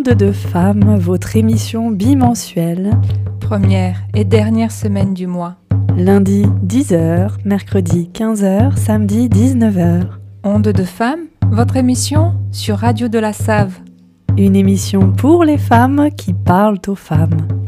Ondes de femmes, votre émission bimensuelle. Première et dernière semaine du mois. Lundi 10h, mercredi 15h, samedi 19h. Ondes de femmes, votre émission sur Radio de la Save. Une émission pour les femmes qui parlent aux femmes.